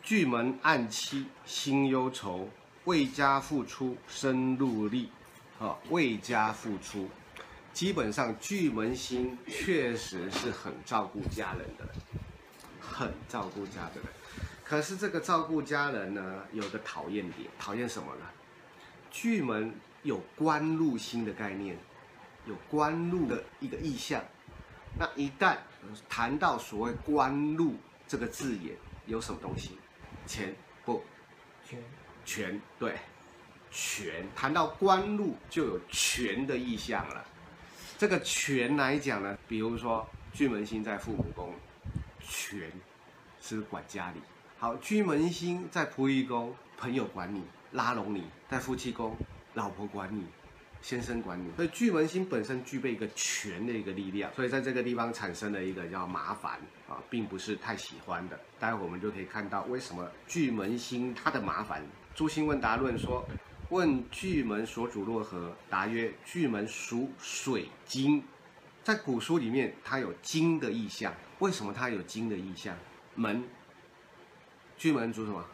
巨门暗妻，心忧愁，为家付出，身入力。为家付出，基本上巨门星确实是很照顾家人的人，很照顾家的人。可是这个照顾家人呢，有个讨厌点，讨厌什么呢？巨门有官禄星的概念，有官禄的一个意象。那一旦谈到所谓官禄这个字眼，有什么东西？钱不？权，对。权，谈到官禄就有权的意象了。这个权来讲呢，比如说巨门星在父母宫，权是管家里。好，巨门星在仆役宫，朋友管你，拉拢你；在夫妻宫，老婆管你，先生管你。所以巨门星本身具备一个权的一个力量，所以在这个地方产生了一个叫麻烦并不是太喜欢的。待会我们就可以看到为什么巨门星它的麻烦。朱星问答论说。问巨门所主若何？答曰：巨门属水金，在古书里面它有金的意象。为什么它有金的意象？门，巨门主什么？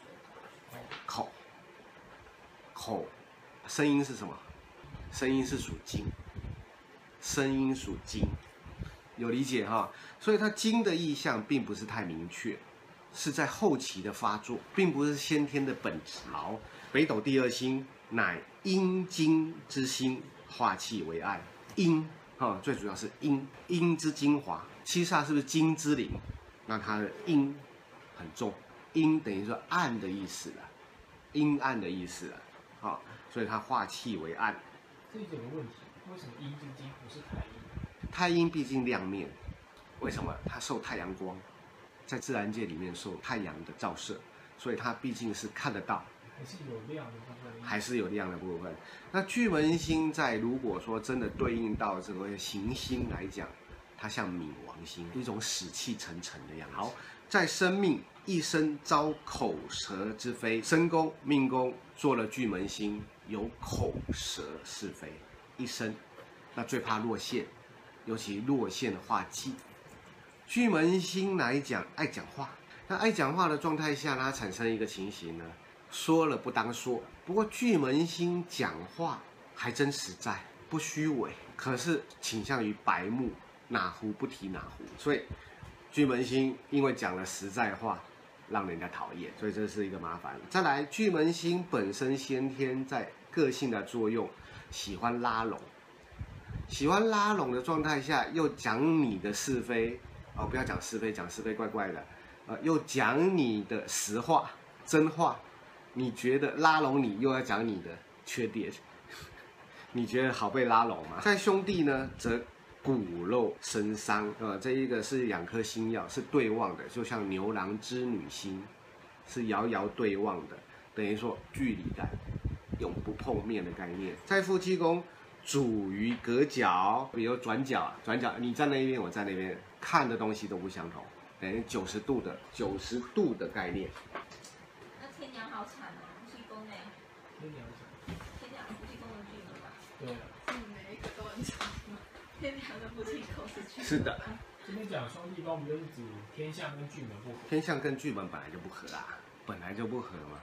口，声音是什么？声音是属金，声音属金，有理解哈？所以它金的意象并不是太明确，是在后期的发作，并不是先天的本质。好。北斗第二星乃阴精之星，化气为暗。阴最主要是阴之精华。七煞是不是金之灵？那它的阴很重，阴等于说暗的意思了，阴暗的意思了。所以它化气为暗。 这有个问题，为什么阴之精不是太阴？ 太阴毕竟亮面，为什么？它受太阳光，在自然界里面受太阳的照射，所以它毕竟是看得到。 还是有亮的部分， 还是有亮的部分。那巨门星在如果说真的对应到这个行星来讲，它像冥王星，一种死气沉沉的样子。好，在生命一生遭口舌之非，身宫命宫做了巨门星，有口舌是非一生，那最怕落陷，尤其落陷化忌。巨门星来讲爱讲话，那爱讲话的状态下，它产生一个情形呢。说了不当说，不过巨门星讲话还真实在，不虚伪，可是倾向于白目，哪壶不提哪壶，所以巨门星因为讲了实在话，让人家讨厌，所以这是一个麻烦。再来，巨门星本身先天在个性的作用，喜欢拉拢，喜欢拉拢的状态下，又讲你的是非不要讲是非，讲是非怪怪的，又讲你的实话、真话。你觉得拉拢你，又要讲你的缺点，你觉得好被拉拢吗？在兄弟呢，则骨肉生伤，这一个是两颗星曜，是对望的，就像牛郎织女星，是遥遥对望的，等于说距离感，永不碰面的概念。在夫妻宫，主于隔角，比如转角，你站那边，我站那边，看的东西都不相同，等于90度的概念。 天梁好惨哦，夫妻宫呢？天梁夫妻宫的巨门吧？ 对啊。 每一个都很惨吗？天梁的夫妻宫是巨门。 是的。 这边讲兄弟宫，不就是指天象跟巨门不合？ 天象跟巨门本来就不合啊，本来就不合嘛。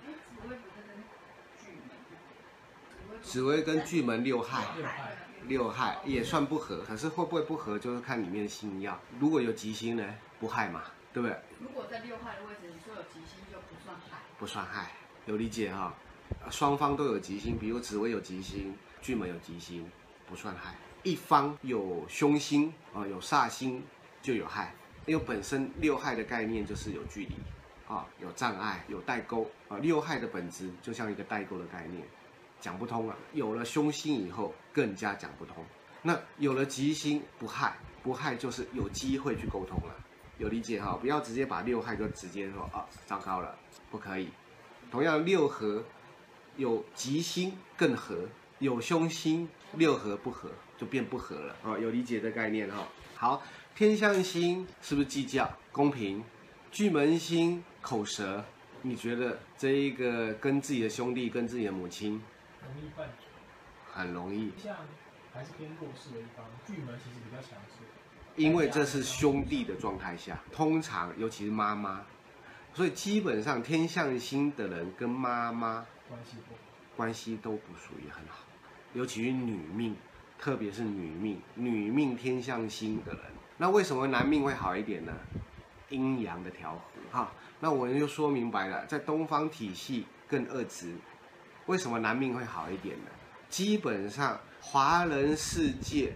紫微跟巨门六害也算不合，可是会不会不合，就是看里面的星曜。如果有吉星呢，不害嘛，对不对？ 如果在六害的位置，你说有吉星就不算害。 不算害，有理解哈。双方都有吉星，比如紫微有吉星，巨门有吉星，不算害。一方有凶星有煞星就有害，因为本身六害的概念就是有距离有障碍，有代沟六害的本质就像一个代沟的概念，讲不通了。有了凶星以后更加讲不通。那有了吉星不害就是有机会去沟通了。有理解哈，不要直接把六害就直接说糟糕了，不可以。同样六合有吉星更合，有凶星六合不合就变不合了有理解的概念哈。好，天象星是不是计较公平？巨门星口舌，你觉得这一个跟自己的兄弟、跟自己的母亲容易犯罪， 很容易。 像还是偏弱势的一方，巨门其实比较强势。 因为这是兄弟的状态下，通常尤其是妈妈， 所以基本上天相星的人跟妈妈关系都不属于很好，尤其是女命，特别是女命天相星的人。那为什么男命会好一点呢？阴阳的调和哈。那我就说明白了，在东方体系更二职，为什么男命会好一点呢？基本上华人世界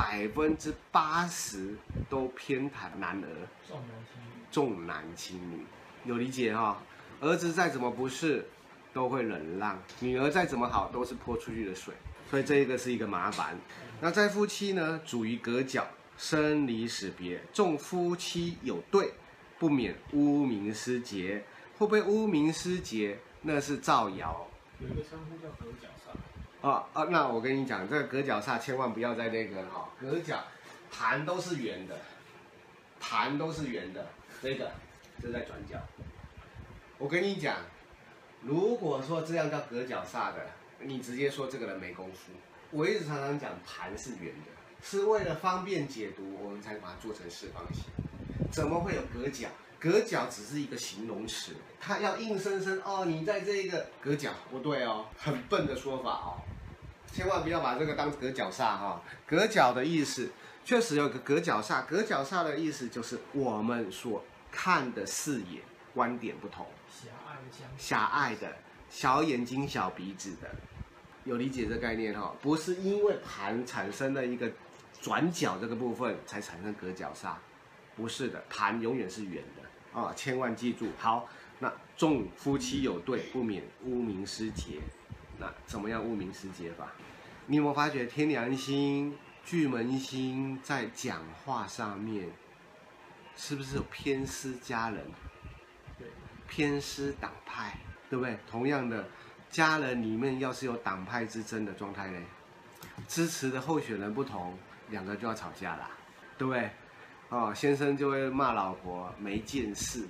80%都偏袒男儿，重男轻女，有理解哈？儿子再怎么不是，都会忍让；女儿再怎么好，都是泼出去的水。所以这一个是一个麻烦。那在夫妻呢，主于隔角，生离死别，众夫妻有对，不免污名失节。会不会污名失节？那是造谣。 有一个称呼叫隔角煞。 那我跟你讲，这个隔角煞千万不要在那个隔角，盘都是圆的，这在转角。我跟你讲，如果说这样叫隔角煞的，你直接说这个人没功夫。我一直常常讲盘是圆的，是为了方便解读，我们才把它做成四方形。怎么会有隔角？隔角只是一个形容词，它要硬生生你在这个隔角不对哦，很笨的说法哦，千万不要把这个当隔角煞哈。隔角的意思确实有个隔角煞，隔角煞的意思就是我们所看的视野观点不同，狭隘的，小眼睛小鼻子的，有理解这概念哈？不是因为盘产生的一个转角这个部分才产生隔角煞，不是的，盘永远是圆的。千万记住。好，那众夫妻有对，不免污名失节。那怎么样污名失节法？你有没有发觉天梁星、巨门星在讲话上面，是不是有偏私家人？对，偏私党派，对不对？同样的，家人里面要是有党派之争的状态呢，支持的候选人不同，两个就要吵架啦，对不对？先生就会骂老婆没见识，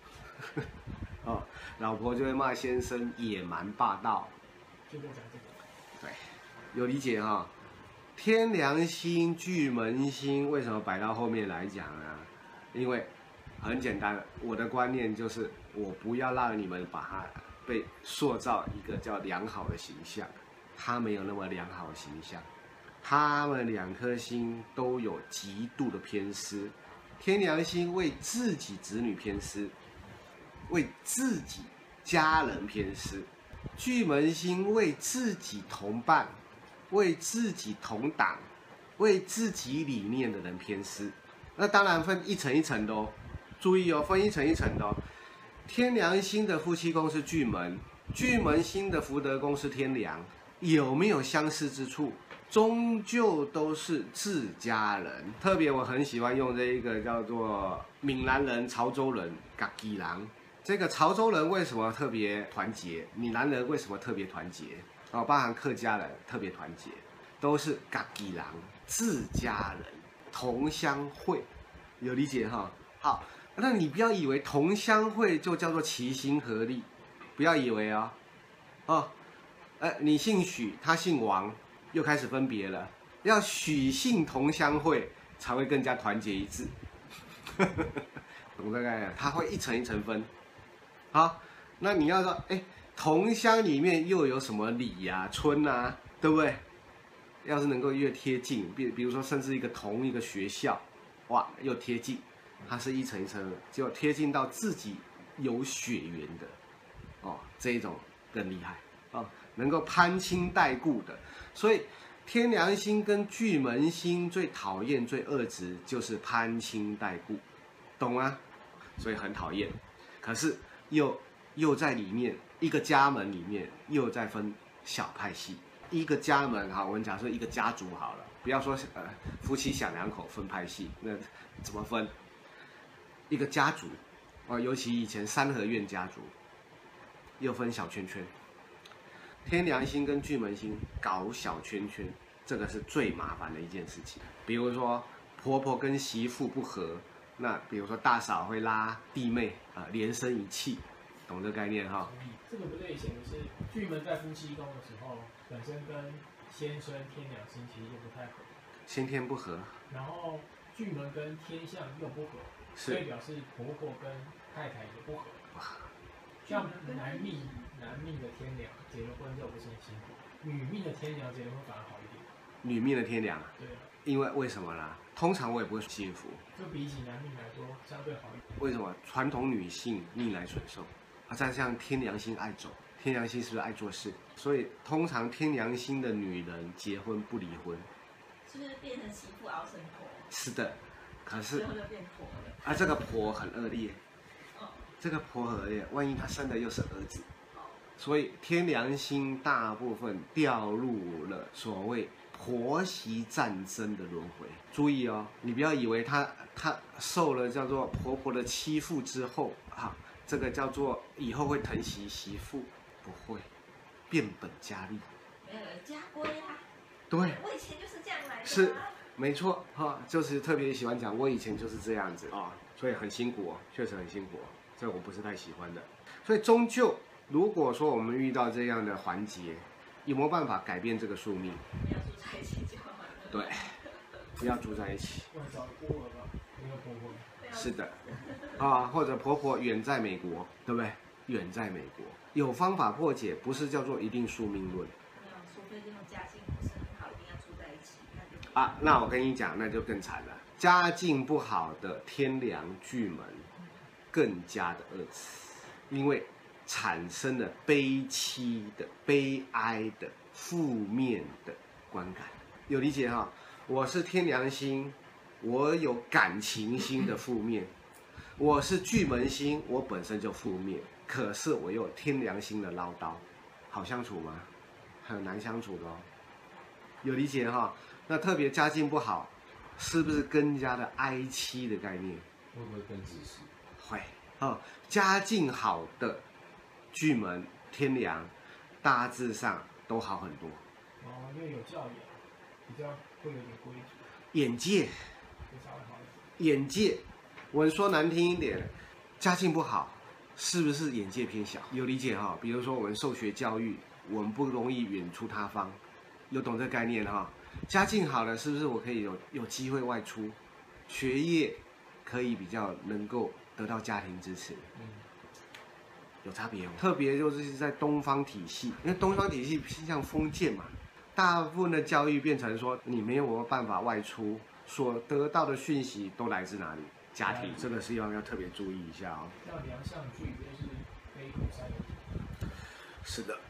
老婆就会骂先生野蛮霸道。就在讲这个。对，有理解哈？天梁星、巨门星为什么摆到后面来讲呢？因为很简单，我的观念就是，我不要让你们把它被塑造一个叫良好的形象，他没有那么良好的形象。他们两颗星都有极度的偏私，天梁星为自己子女偏私，为自己家人偏私；巨门星为自己同伴、为自己同党、为自己理念的人偏私。那当然分一层一层的哦，注意哦，分一层一层的哦。天梁星的夫妻宫是巨门，巨门星的福德宫是天梁，有没有相似之处？终究都是自家人。特别我很喜欢用这一个叫做闽南人、潮州人、家己人。这个潮州人为什么特别团结？闽南人为什么特别团结？包含客家人特别团结，都是家己人、自家人，同乡会，有理解哈？好，那你不要以为同乡会就叫做齐心合力，不要以为你姓许，他姓王。又开始分别了，要许姓同乡会才会更加团结一致，懂这个概念？它会一层一层分。好，那你要说，同乡里面又有什么里呀、村啊，对不对？要是能够越贴近，比如说甚至同一个学校，哇，又贴近，它是一层一层的，就贴近到自己有血缘的，这一种更厉害能够攀亲带故的。所以天梁星跟巨门星最讨厌、最恶质就是攀亲带故，懂吗？所以很讨厌。可是又在里面一个家门里面又在分小派系。一个家门我们假设一个家族好了，不要说夫妻小两口分派系，那怎么分？一个家族尤其以前三合院家族又分小圈圈。天梁星跟巨门星搞小圈圈，这个是最麻烦的一件事情。比如说婆婆跟媳妇不和，那比如说大嫂会拉弟妹连生一气，懂这概念哈？ 这个不类型的是巨门在夫妻宫的时候，本身跟先生天梁星其实就不太合， 先天不合。 然后巨门跟天象又不合，所以表示婆婆跟太太也不合。像男命的天梁结了婚之后不是很辛苦，女命的天梁结了婚反而好一点。女命的天梁， 对啊， 因为什么啦？通常我也不会幸福， 就比起男命来说相对好一点。 为什么？传统女性逆来顺受，再像天梁星爱走，天梁星是不是爱做事？所以通常天梁星的女人结婚不离婚， 是不是变成媳妇熬成婆？ 是的，可是最后就变婆了。 这个婆很恶劣。这个婆很恶劣，万一她生的又是儿子，所以天梁星大部分掉入了所谓婆媳战争的轮回。注意哦，你不要以为她受了叫做婆婆的欺负之后，这个叫做以后会疼惜媳妇，不会，变本加厉。 没有家规啊。 对， 我以前就是这样来的。 是，没错就是特别喜欢讲我以前就是这样子所以很辛苦确实很辛苦这我不是太喜欢的。所以终究，如果说我们遇到这样的环节，有没有办法改变这个宿命？ 不要住在一起就好了。 对，不要住在一起。 找孤儿吧，没有婆婆。 是的，或者婆婆远在美国，对不对？远在美国，有方法破解，不是叫做一定宿命论。 除非这种家境不是很好，一定要住在一起。 那我跟你讲，那就更惨了。家境不好的天梁巨门，更加的恶死，因为产生了悲戚的、悲哀的、负面的观感。有理解我是天梁星，我有感情星的负面；我是巨门星，我本身就负面，可是我又有天梁星的唠叨，好相处吗？很难相处的有理解那特别家境不好，是不是更加的哀戚的概念？ 会不会更自私？ 会家境好的巨门天梁，大致上都好很多。 因为有教养，比较会有点规矩。 眼界，眼界，我说难听一点，家境不好，是不是眼界偏小？有理解比如说我们受学教育，我们不容易远出他方，有懂这概念家境好了，是不是我可以有机会外出，学业可以比较能够得到家庭支持？有差别特别就是在东方体系，因为东方体系像封建嘛，大部分的教育变成说你没有办法外出，所得到的讯息都来自哪里？家庭，这个是要特别注意一下要梁相聚，就是悲苦三有。 是的。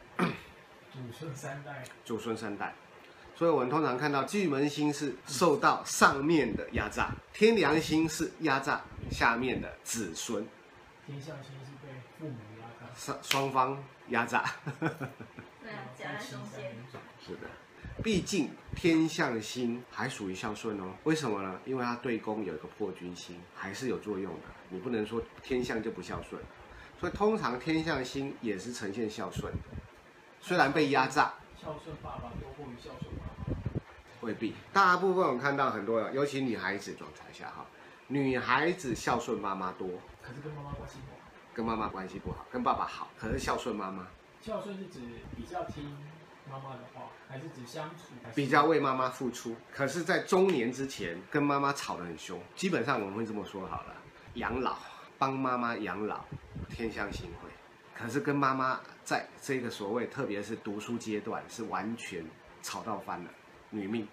祖孙三代，所以我们通常看到巨门星是受到上面的压榨，天梁星是压榨下面的子孙， 天象星是被父母压榨， 双方压榨。 对啊，夹在中间。 是的，毕竟天象星还属于孝顺为什么呢？因为它对宫有一个破军星，还是有作用的。你不能说天象就不孝顺，所以通常天象星也是呈现孝顺的。虽然被压榨， 孝顺爸爸多过于孝顺妈妈， 未必。大部分我看到很多，尤其女孩子状态下女孩子孝顺妈妈多， 可是跟妈妈关系不好。 跟妈妈关系不好，跟爸爸好，可是孝顺妈妈。 孝顺是指比较听妈妈的话，还是指相处？ 比较为妈妈付出，可是，在中年之前跟妈妈吵得很凶。基本上我们会这么说好了，养老，帮妈妈养老，天象星会。可是跟妈妈在这个所谓，特别是读书阶段，是完全吵到翻了，女命。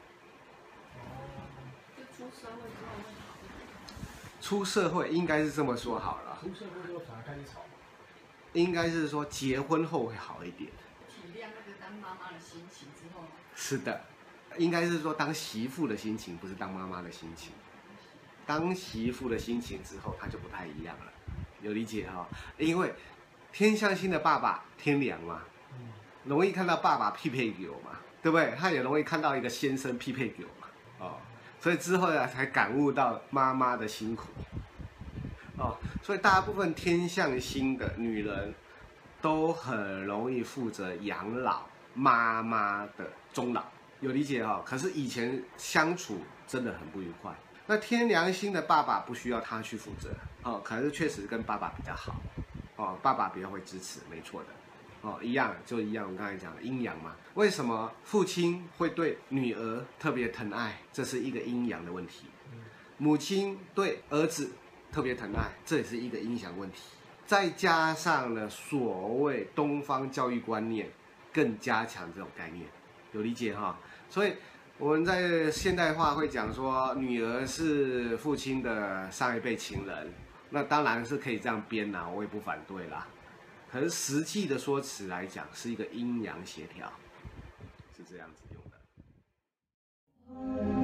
就出社会之后会好一点。 出社会应该是这么说好了。 出社会之后反而开始吵。 应该是说结婚后会好一点。 体谅那个当妈妈的心情之后。 是的，应该是说当媳妇的心情，不是当妈妈的心情。当媳妇的心情之后，她就不太一样了。有理解因为天象星的爸爸天梁嘛，容易看到爸爸匹配狗嘛，对不对？他也容易看到一个先生匹配狗嘛，所以之后才感悟到妈妈的辛苦，所以大部分天象星的女人都很容易负责养老妈妈的终老，有理解可是以前相处真的很不愉快。那天梁星的爸爸不需要他去负责可是确实跟爸爸比较好爸爸比较会支持，没错的一样就一样，我刚才讲的阴阳嘛。为什么父亲会对女儿特别疼爱？这是一个阴阳的问题。 母亲对儿子特别疼爱，这也是一个影响问题。再加上呢，所谓东方教育观念更加强这种概念，有理解哈？所以我们在现代化会讲说，女儿是父亲的上一辈情人，那当然是可以这样编啦，我也不反对啦。可是实际的说辞来讲，是一个阴阳协调，是这样子用的。